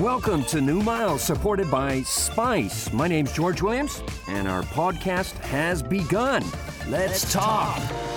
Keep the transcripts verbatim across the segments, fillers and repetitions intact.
Welcome to New Miles, supported by Spice. My name's George Williams, and our podcast has begun. Let's talk.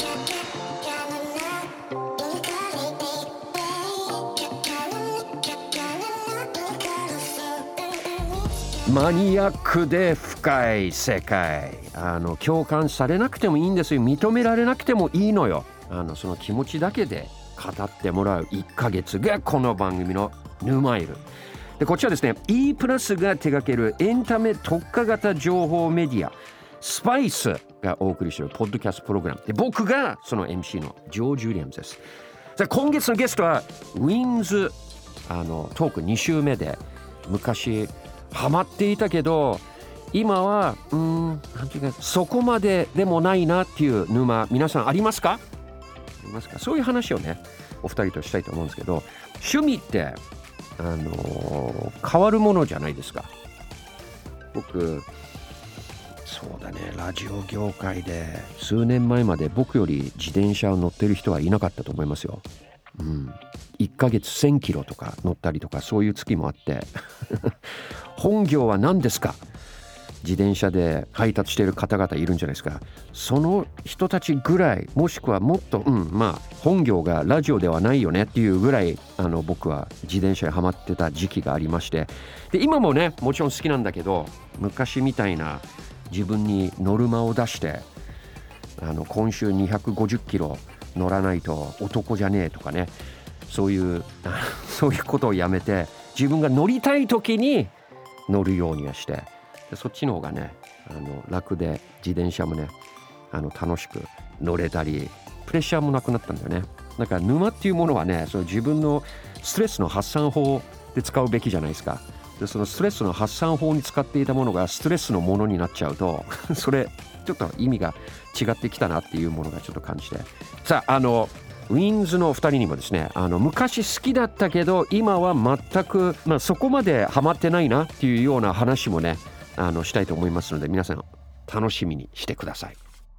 マニアックで深い世界。あの共感されなくてもいいんですよ。認められなくてもいいのよ。あのその気持ちだけで語ってもらういっかげつがこの番組のヌーマイルで、こっちはですね E プラスが手掛けるエンタメ特化型情報メディアスパイスがお送りしているポッドキャストプログラムで、僕がその エムシー のジョージ・ウィリアムズです。さあ今月のゲストはウィンズあのトークに週目で、昔ハマっていたけど今はうーんなんていうかそこまででもないなっていう沼、皆さんありますか？ありますか？そういう話をねお二人としたいと思うんですけど、趣味ってあのー、変わるものじゃないですか。僕そうだね、ラジオ業界で数年前まで僕より自転車を乗ってる人はいなかったと思いますよ。うん、いっかげつせんキロとか乗ったりとか、そういう月もあって本業は何ですか？自転車で配達している方々いるんじゃないですか。その人たちぐらい、もしくはもっと、うん、まあ本業がラジオではないよねっていうぐらい、あの僕は自転車にハマってた時期がありまして、で今もねもちろん好きなんだけど、昔みたいな自分にノルマを出してあの今週にひゃくごじゅっキロ乗らないと男じゃねえとかね、そういうそういうことをやめて自分が乗りたい時に乗るようにはして、でそっちの方がねあの楽で、自転車もねあの楽しく乗れたり、プレッシャーもなくなったんだよね。だから沼っていうものはね、その自分のストレスの発散法で使うべきじゃないですか。でそのストレスの発散法に使っていたものがストレスのものになっちゃうとそれちょっと意味が違ってきたなっていうものがちょっと感じて、さああのウィンズのふたりにもですね、あの昔好きだったけど今は全く、まあ、そこまでハマってないなっていうような話もねあのしたいと思いますので、皆さん楽しみにしてください。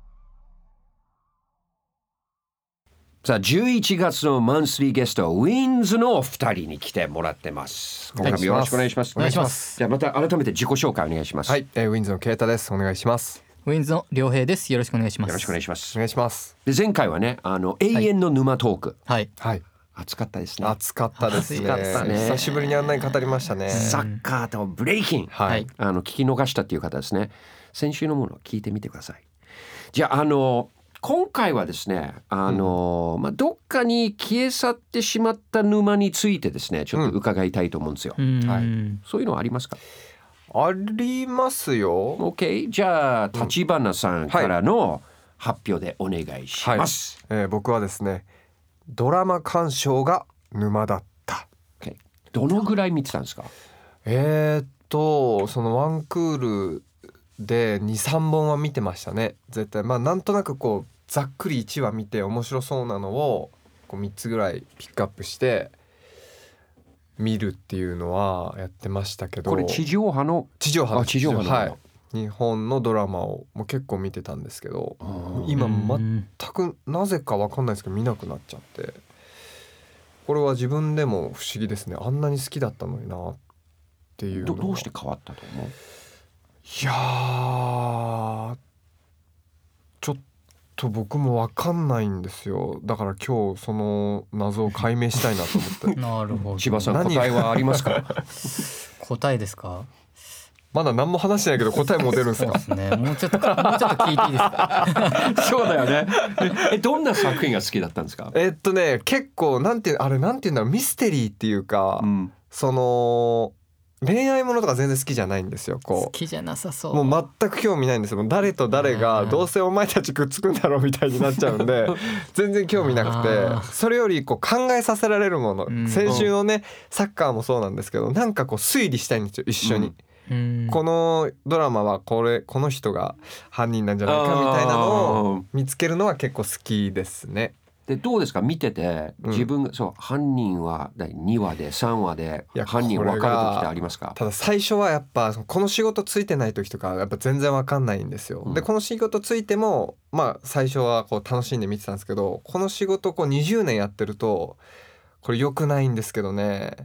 さあじゅういちがつのマンスリーゲスト、ウィンズのお二人に来てもらってます。今回もよろしくお願いします。 お願いします。 じゃあまた改めて自己紹介お願いします。 はい、えー、ウィンズのケイタです。お願いします。 ウィンズの良平です。よろしくお願いします。 よろしくお願いします。 お願いします。 で前回はねあの永遠の沼トーク、 はいはい、 熱かったですね。 暑かったですね。 暑かったね。 久しぶりにあんなに語りましたね。 サッカーとブレイキン、 はい、 あの聞き逃したっていう方ですね、先週のものを聞いてみてください。じゃああの今回はですねあの、うんまあ、どっかに消え去ってしまった沼についてですねちょっと伺いたいと思うんですよ、 うんはい、そういうのはありますか？ ありますよ。 OK、 じゃあ立花さんからの発表でお願いします、 はいはいえー、僕はですねドラマ鑑賞が沼だった、 okay、どのぐらい見てたんですか？ えー、っとそのワンクールで にさんぼんは見てましたね絶対。まあなんとなくこうざっくりいちわ見て面白そうなのをこうみっつぐらいピックアップして見るっていうのはやってましたけど。 これ地上波の地上波の地上波の、 はい、日本のドラマをもう結構見てたんですけど、今全くなぜか分かんないですけど見なくなっちゃって、これは自分でも不思議ですね。あんなに好きだったのになっていうのど, どうして変わったと思う？ いやーちょっと僕も分かんないんですよ。だから今日その謎を解明したいなと思ってなるほど。 千葉さん答えはありますか？ 答えですか？ まだ何も話してないけど答えも出るんですか？ そうですね。もうちょっともうちょっと聞いていいですか？ そうだよね。えどんな作品が好きだったんですか？ えっとね結構なんてあれなんていうんだろう、ミステリーっていうか、うん、その恋愛ものとか全然好きじゃないんですよ。こう好きじゃなさそう。 もう全く興味ないんですよ。誰と誰がどうせお前たちくっつくんだろうみたいになっちゃうんで全然興味なくて、それよりこう考えさせられるもの、うん、先週のねサッカーもそうなんですけど、なんかこう推理したいんですよ一緒に、うん、このドラマはこれこの人が犯人なんじゃないかみたいなのを見つけるのは結構好きですね。 でどうですか見てて自分が、うん、そう犯人はにわでさんわで犯人分かる時ってありますか？ ただ最初はやっぱこの仕事ついてない時とかやっぱ全然分かんないんですよ、うん、でこの仕事ついてもまあ最初はこう楽しんで見てたんですけど、この仕事こうにじゅうねんやってるとこれ良くないんですけどね、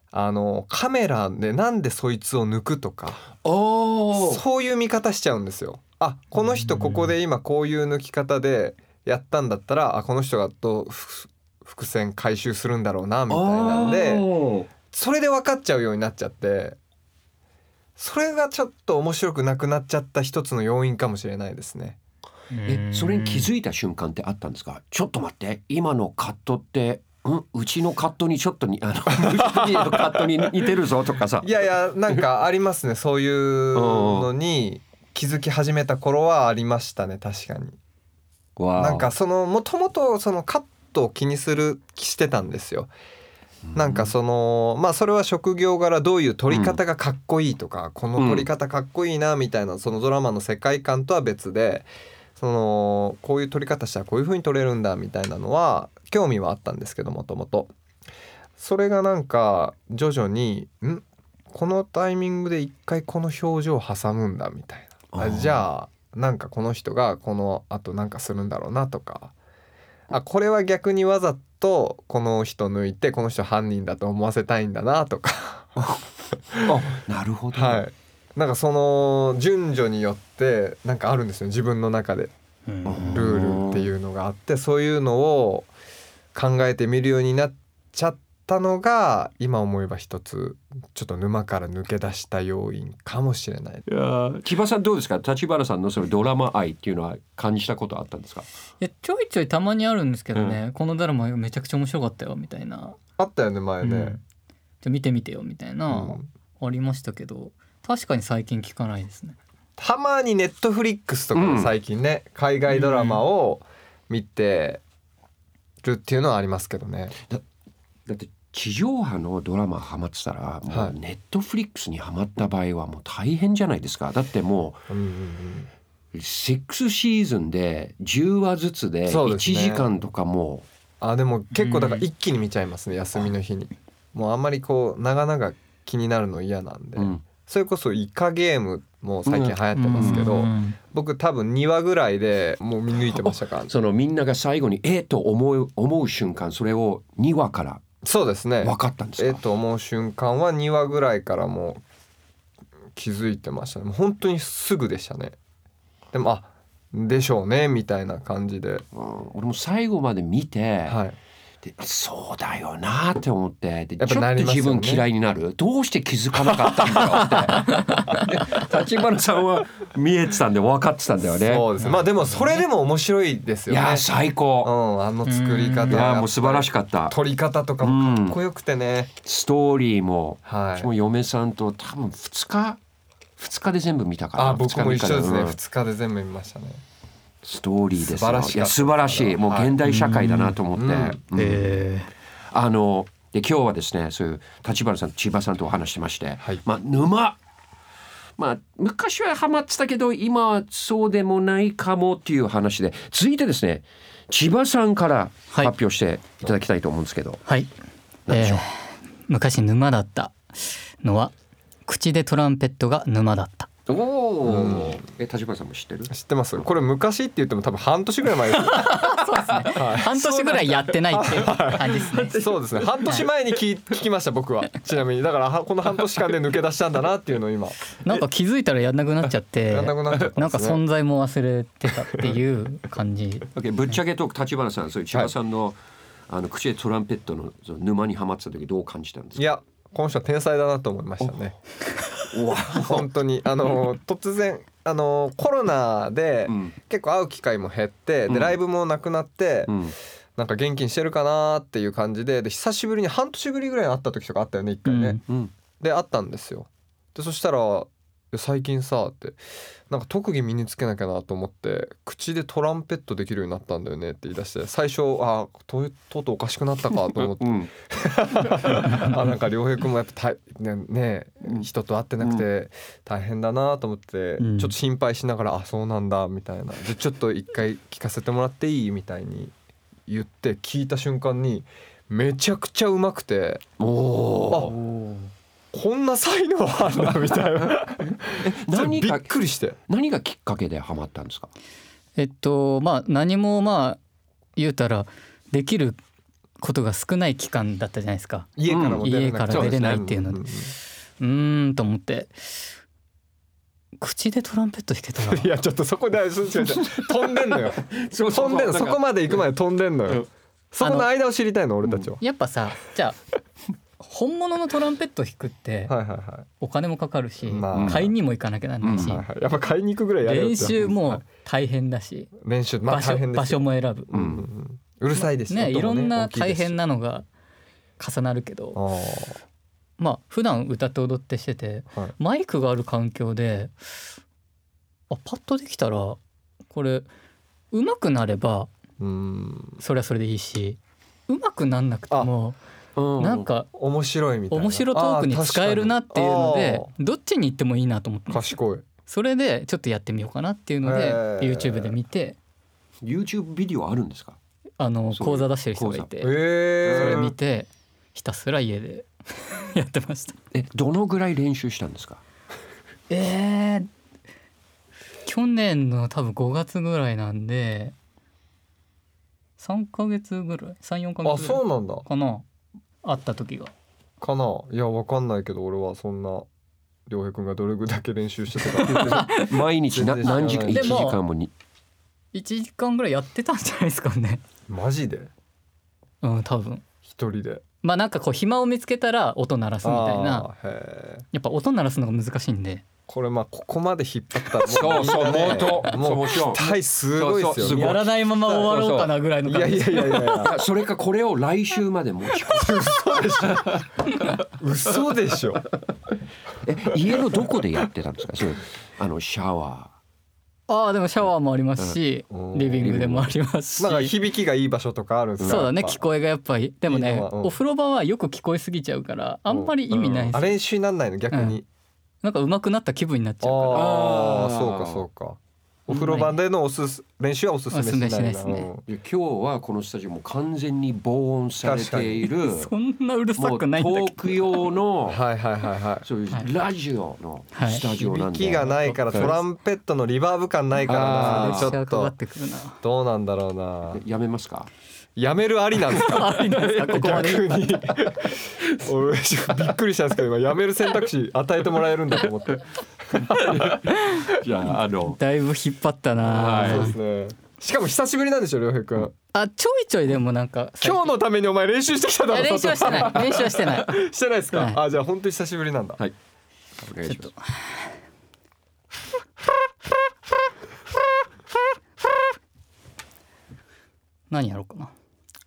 あのカメラでなんでそいつを抜くとかおそういう見方しちゃうんですよ。あこの人ここで今こういう抜き方でやったんだったらあこの人がどう伏線回収するんだろうなみたいなんでそれで分かっちゃうようになっちゃってそれがちょっと面白くなくなっちゃった一つの要因かもしれないですね。 えそれに気づいた瞬間ってあったんですか？ちょっと待って今のカットってんうちのカットにちょっとにあののカットに似てるぞとかさいやいやなんかありますねそういうのに気づき始めた頃はありましたね確かに。なんかそのもともとそのカットを気にする気してたんですよ。なんかそのまあそれは職業柄どういう撮り方がかっこいいとか、うん、この撮り方かっこいいなみたいなそのドラマの世界観とは別でそのこういう撮り方したらこういう風に撮れるんだみたいなのは興味はあったんですけどもともとそれがなんか徐々にんこのタイミングで一回この表情を挟むんだみたいなあじゃあなんかこの人がこのあとなんかするんだろうなとかあこれは逆にわざとこの人抜いてこの人犯人だと思わせたいんだなとかあなるほど、 はい、なんかその順序によってなんかあるんですよ自分の中でルールっていうのがあってそういうのを考えてみるようになっちゃったのが今思えば一つちょっと沼から抜け出した要因かもしれない。 いや千葉さんどうですか？立花さんのそのドラマ愛っていうのは感じたことあったんですか？ いやちょいちょいたまにあるんですけどね、うん、このドラマめちゃくちゃ面白かったよみたいなあったよね前ね、うん、 じゃあ見てみてよみたいな、うん、ありましたけど確かに最近聞かないですね。 たまにネットフリックスとか最近ね、うん、海外ドラマを見てるっていうのはありますけどね。 だ, だって地上波のドラマハマってたらもうネットフリックスにハマった場合はもう大変じゃないですか。だってもう、うんうんうん、ろくシーズンでじゅうわずつでいちじかんとかもう、 あでも結構だから一気に見ちゃいますね、うん、休みの日に。もうあんまりこう長々気になるの嫌なんで、うん、それこそイカゲームも最近流行ってますけど、うん、僕多分にわぐらいでもう見抜いてましたから、 そのみんなが最後にええと思う、思う瞬間それをにわからそうですね分かったんですか？ ええと思う瞬間はにわぐらいからもう気づいてましたね。もう本当にすぐでしたね。でもあでしょうねみたいな感じで、 うん、俺も最後まで見て、 はい、 でそうだよなって思ってで、ね、ちょっと自分嫌いになる。どうして気づかなかったんだよって立花さんは見えてたんで分かってたんだよね。 そうです、まあでもそれでも面白いですよね。 いや最高、 うん、あの作り方、 いやもう素晴らしかった。 撮り方とかもかっこよくてね、 うん、ストーリーも、 はい、 うちも嫁さんと多分ふつかふつかで全部見たから。 あ僕も一緒ですね、うん、ふつかで全部見ましたね。 ストーリーですよ。 素晴らしかった。 いや素晴らしい、もう現代社会だなと思って、 はいうんうんえー、あので今日はですねそういう立花さん千葉さんとお話してまして、はい、まあ沼まあ昔はハマってたけど今はそうでもないかもっていう話で、続いてですね千葉さんから発表していただきたいと思うんですけど、 はい、何でしょう、えー、昔沼だったのは口でトランペットが沼だった。 おお、うん、え立花さんも知ってる？ 知ってます。これ昔って言っても多分半年ぐらい前ですそうですね、はい、半年ぐらいやってないっていう感じですねそうですね、半年前に 聞, 聞きました僕は。ちなみにだからこの半年間で抜け出したんだなっていうのを今なんか気づいたらやんなくなっちゃってやんなくなっちゃったんですね。 なんか存在も忘れてたっていう感じ okay、ぶっちゃけと立花さんそういう千葉さんの、はい、あの口でトランペット の, その沼にはまってた時どう感じたんですか？ いやこの人は天才だなと思いましたね本当にあの突然あのコロナで結構会う機会も減って、うん、でライブもなくなって、うん、なんか元気にしてるかなっていう感じ で, で久しぶりに半年ぶりぐらいに会った時とかあったよね一回ね、うん、で会ったんですよ。でそしたら最近さってなんか特技身につけなきゃなと思って口でトランペットできるようになったんだよねって言い出して、最初あとうとうとうおかしくなったかと思って、うん、あなんか良平君もやっぱね, ね人と会ってなくて大変だなと思って、うん、ちょっと心配しながらあそうなんだみたいなでちょっと一回聞かせてもらっていいみたいに言って聞いた瞬間にめちゃくちゃうまくて、おーこんな才能あるんだみたいな何びっくりして。 何がきっかけでハマったんですか？ えっとまあ何もまあ言うたらできることが少ない期間だったじゃないですか。 家からも出れなくて、 家から出れないっていうので、うーんと思って、口でトランペット弾けたらいやちょっとそこで飛んでんのよ飛んでんの、そこまで行くまで飛んでんのよ。そこの間を知りたいの俺たちは。 やっぱさ、じゃあ本物のトランペット弾くってお金もかかるし、 まあ、 買いにも行かなきゃなんないし、 うんはいはい、やっぱ買いに行くぐらいやるよって練習も大変だし、 練習、まあ、大変ですよ。 場所も選ぶ、 うんうん、うるさいですよ、 ね、いろんな大変なのが重なるけど、あまあ普段歌って踊ってしてて、はい、マイクがある環境であパッとできたらこれ上手くなればうんそれはそれでいいし、上手くなんなくてもなんか面白いみたいな、 面白トークに使えるなっていうのでどっちに行ってもいいなと思って、 賢い。 それでちょっとやってみようかなっていうので YouTube で見て、 YouTube ビデオあるんですか？ あの講座出してる人がいて、それ見てひたすら家でやってました。 えどのぐらい練習したんですか？ えー、去年の多分ごがつぐらいなんでさんかげつぐらい さん,よん ヶ月ぐらいあそうなんだかな、会った時がかな。いやわかんないけど俺はそんな良平くんがどれぐらいだけ練習してたか毎日な何時間いちじかんもにいちじかんぐらいやってたんじゃないですかね。 マジで？ うん多分一人で。 まあなんかこう暇を見つけたら音鳴らすみたいな。やっぱ音鳴らすのが難しいんで、 これまあここまで引っ張ったらそうそうもうもう期待すごいですよ。 やらないまま終わろうかなぐらいの感じ。 いやいやいやいやそれかこれを来週まで持ち込む嘘でしょ。 え家のどこでやってたんですか？それあのシャワー。 ああでもシャワーもありますし、うん、リビングでもありますし、 なんか響きがいい場所とかあるんですか？ そうだね、聞こえがやっぱりでもねいい、うん、お風呂場はよく聞こえすぎちゃうからあんまり意味ないです、 うん、あ練習になんないの逆に、うん、 なんか上手くなった気分になっちゃうから。 ああそうかそうか。お風呂場でのおすす練習はおすすめしないな。 ないですね。 今日はこのスタジオも完全に防音されているそんなうるさくないんだけど、 もうトーク用のはいはいはいはい、 そういうラジオのスタジオなんで、 響きがないからトランペットのリバーブ感ないからな、ちょっとどうなんだろうな。 やめますか？ やめるありなんですか？ ありなんですか？ここまで逆に俺びっくりしたんですけど今やめる選択肢与えてもらえるんだと思ってじゃああのだいぶ引っ張ったな、 はい、そうですね。しかも久しぶりなんでしょ良平くん。 あちょいちょいでもなんか今日のためにお前練習してきただろ。 練習はしてない練習はしてないしてないですか、はい、あじゃあ本当に久しぶりなんだ。 はいお願いします。 何やろうかな。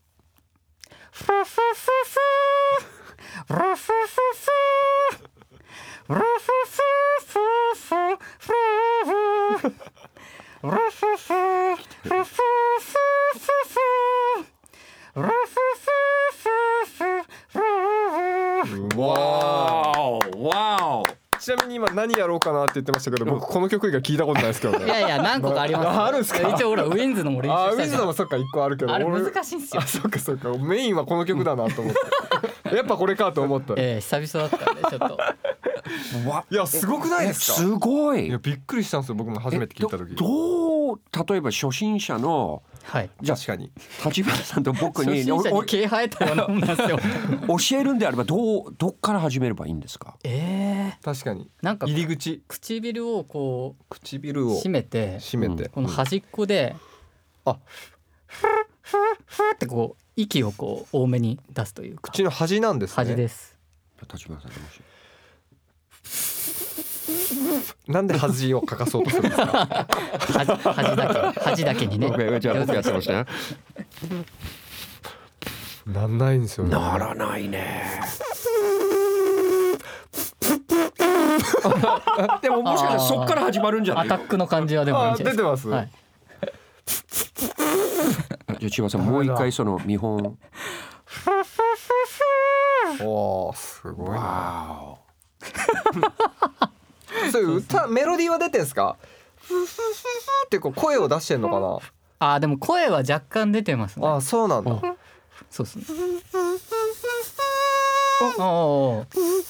わーわー。 ちなみに今何やろうかなって言ってましたけど僕この曲以外聞いたことないですけどね。 いやいや何個かあります、 あるんですか？ 一応ほらウィンズのも練習したじゃん。 あウィンズのもそっかいっこあるけどあれ難しいんすよ。 あそっかそっかメインはこの曲だなと思ってやっぱこれかと思った。 えー、久々だったんでちょっといやすごくないですか？ すごい。 いやびっくりしたんですよ僕も初めて聞いた時。 どう例えば初心者のはい、 じゃあ確かに立花さんと僕に初心者に毛生えたようなもんなんですよ教えるんであればどうどっから始めればいいんですか？ えー、 確かになんか入り口唇をこう唇を締めて締めて、 この端っこで、 うん、あふふふってこう息をこう多めに出すというか口の端なんですね。 端です。 立花さんもしなんで端をかかそうとするんですか？ 端, 端だけ端だけにね。 じゃあ僕やってましたね。 なんないんですよね。 ならないね。でももしかしたらそっから始まるんじゃない？ アタックの感じはでもいいんじゃないですか。 出てます。 はい、 じゃあ千葉さんもう一回その見本。 おーすごいな。 わーそういう歌メロディーは出てんすか？フフフフってこう声を出してんのかな？ あでも声は若干出てますね。 あそうなんだ。 そうですね。おお。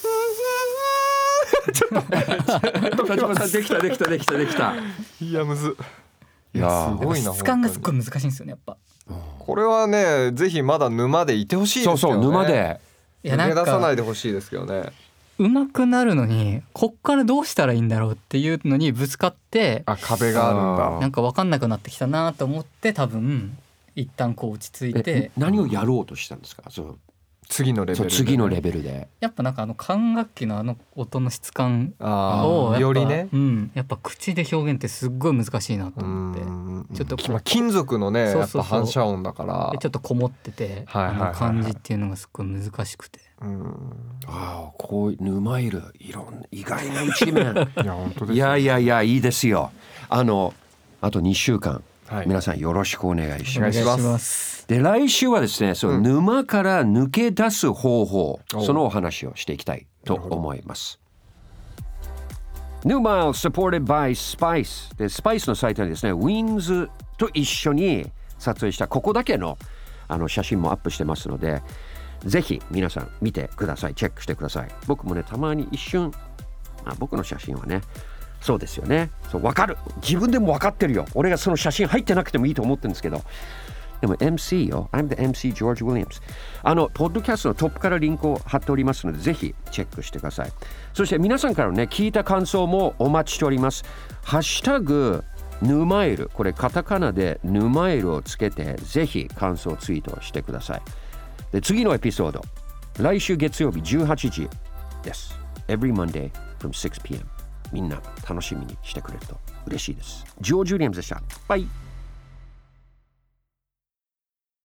立花さんできたできたできたできた。 いやむず。 いやすごいな。 質感がすっごい難しいんですよねやっぱ。 これはねぜひまだ沼でいてほしいですよね。 そうそう沼で抜け出さないでほしいですけどね。 上手くなるのにこっからどうしたらいいんだろうっていうのにぶつかって、 あ壁があるんだ。 なんか分かんなくなってきたなと思って多分一旦こう落ち着いて。 何をやろうとしたんですか？そう次のレベルで、ね、 次のレベルでやっぱなんかあの管楽器のあの音の質感をやっぱよりね、 うん、やっぱ口で表現ってすっごい難しいなと思って、ちょっとこう金属のねやっぱ反射音だからちょっとこもってて、はいはいはいはい、あの感じっていうのがすっごい難しくて、うん、 ああこう沼いるいろんな意外な一面いや本当ですよ。 いやいやいやいいですよ。あのあとにしゅうかん、はい、皆さんよろしくお願いします。 お願いします。 で来週はですねそう、うん、沼から抜け出す方法、そのお話をしていきたいと思います。New Mile supported by Spice で Spice のサイトにですね Wings と一緒に撮影したここだけのあの写真もアップしてますので、ぜひ皆さん見てください。チェックしてください。僕もねたまに一瞬あ僕の写真はねそうですよね、そう分かる、自分でも分かってるよ、俺がその写真入ってなくてもいいと思ってるんですけど、でも エムシー よ I'm the エムシー George Williams。 あのポッドキャストのトップからリンクを貼っておりますのでぜひチェックしてください。そして皆さんからね聞いた感想もお待ちしております。ハッシュタグヌマイル、これカタカナでヌマイルをつけてぜひ感想ツイートしてください。で次のエピソード来週月曜日じゅうはちじです。 Every Monday from シックスピーエム みんな楽しみにしてくれると嬉しいです。ジョージ・ウィリアムズでした。バイ。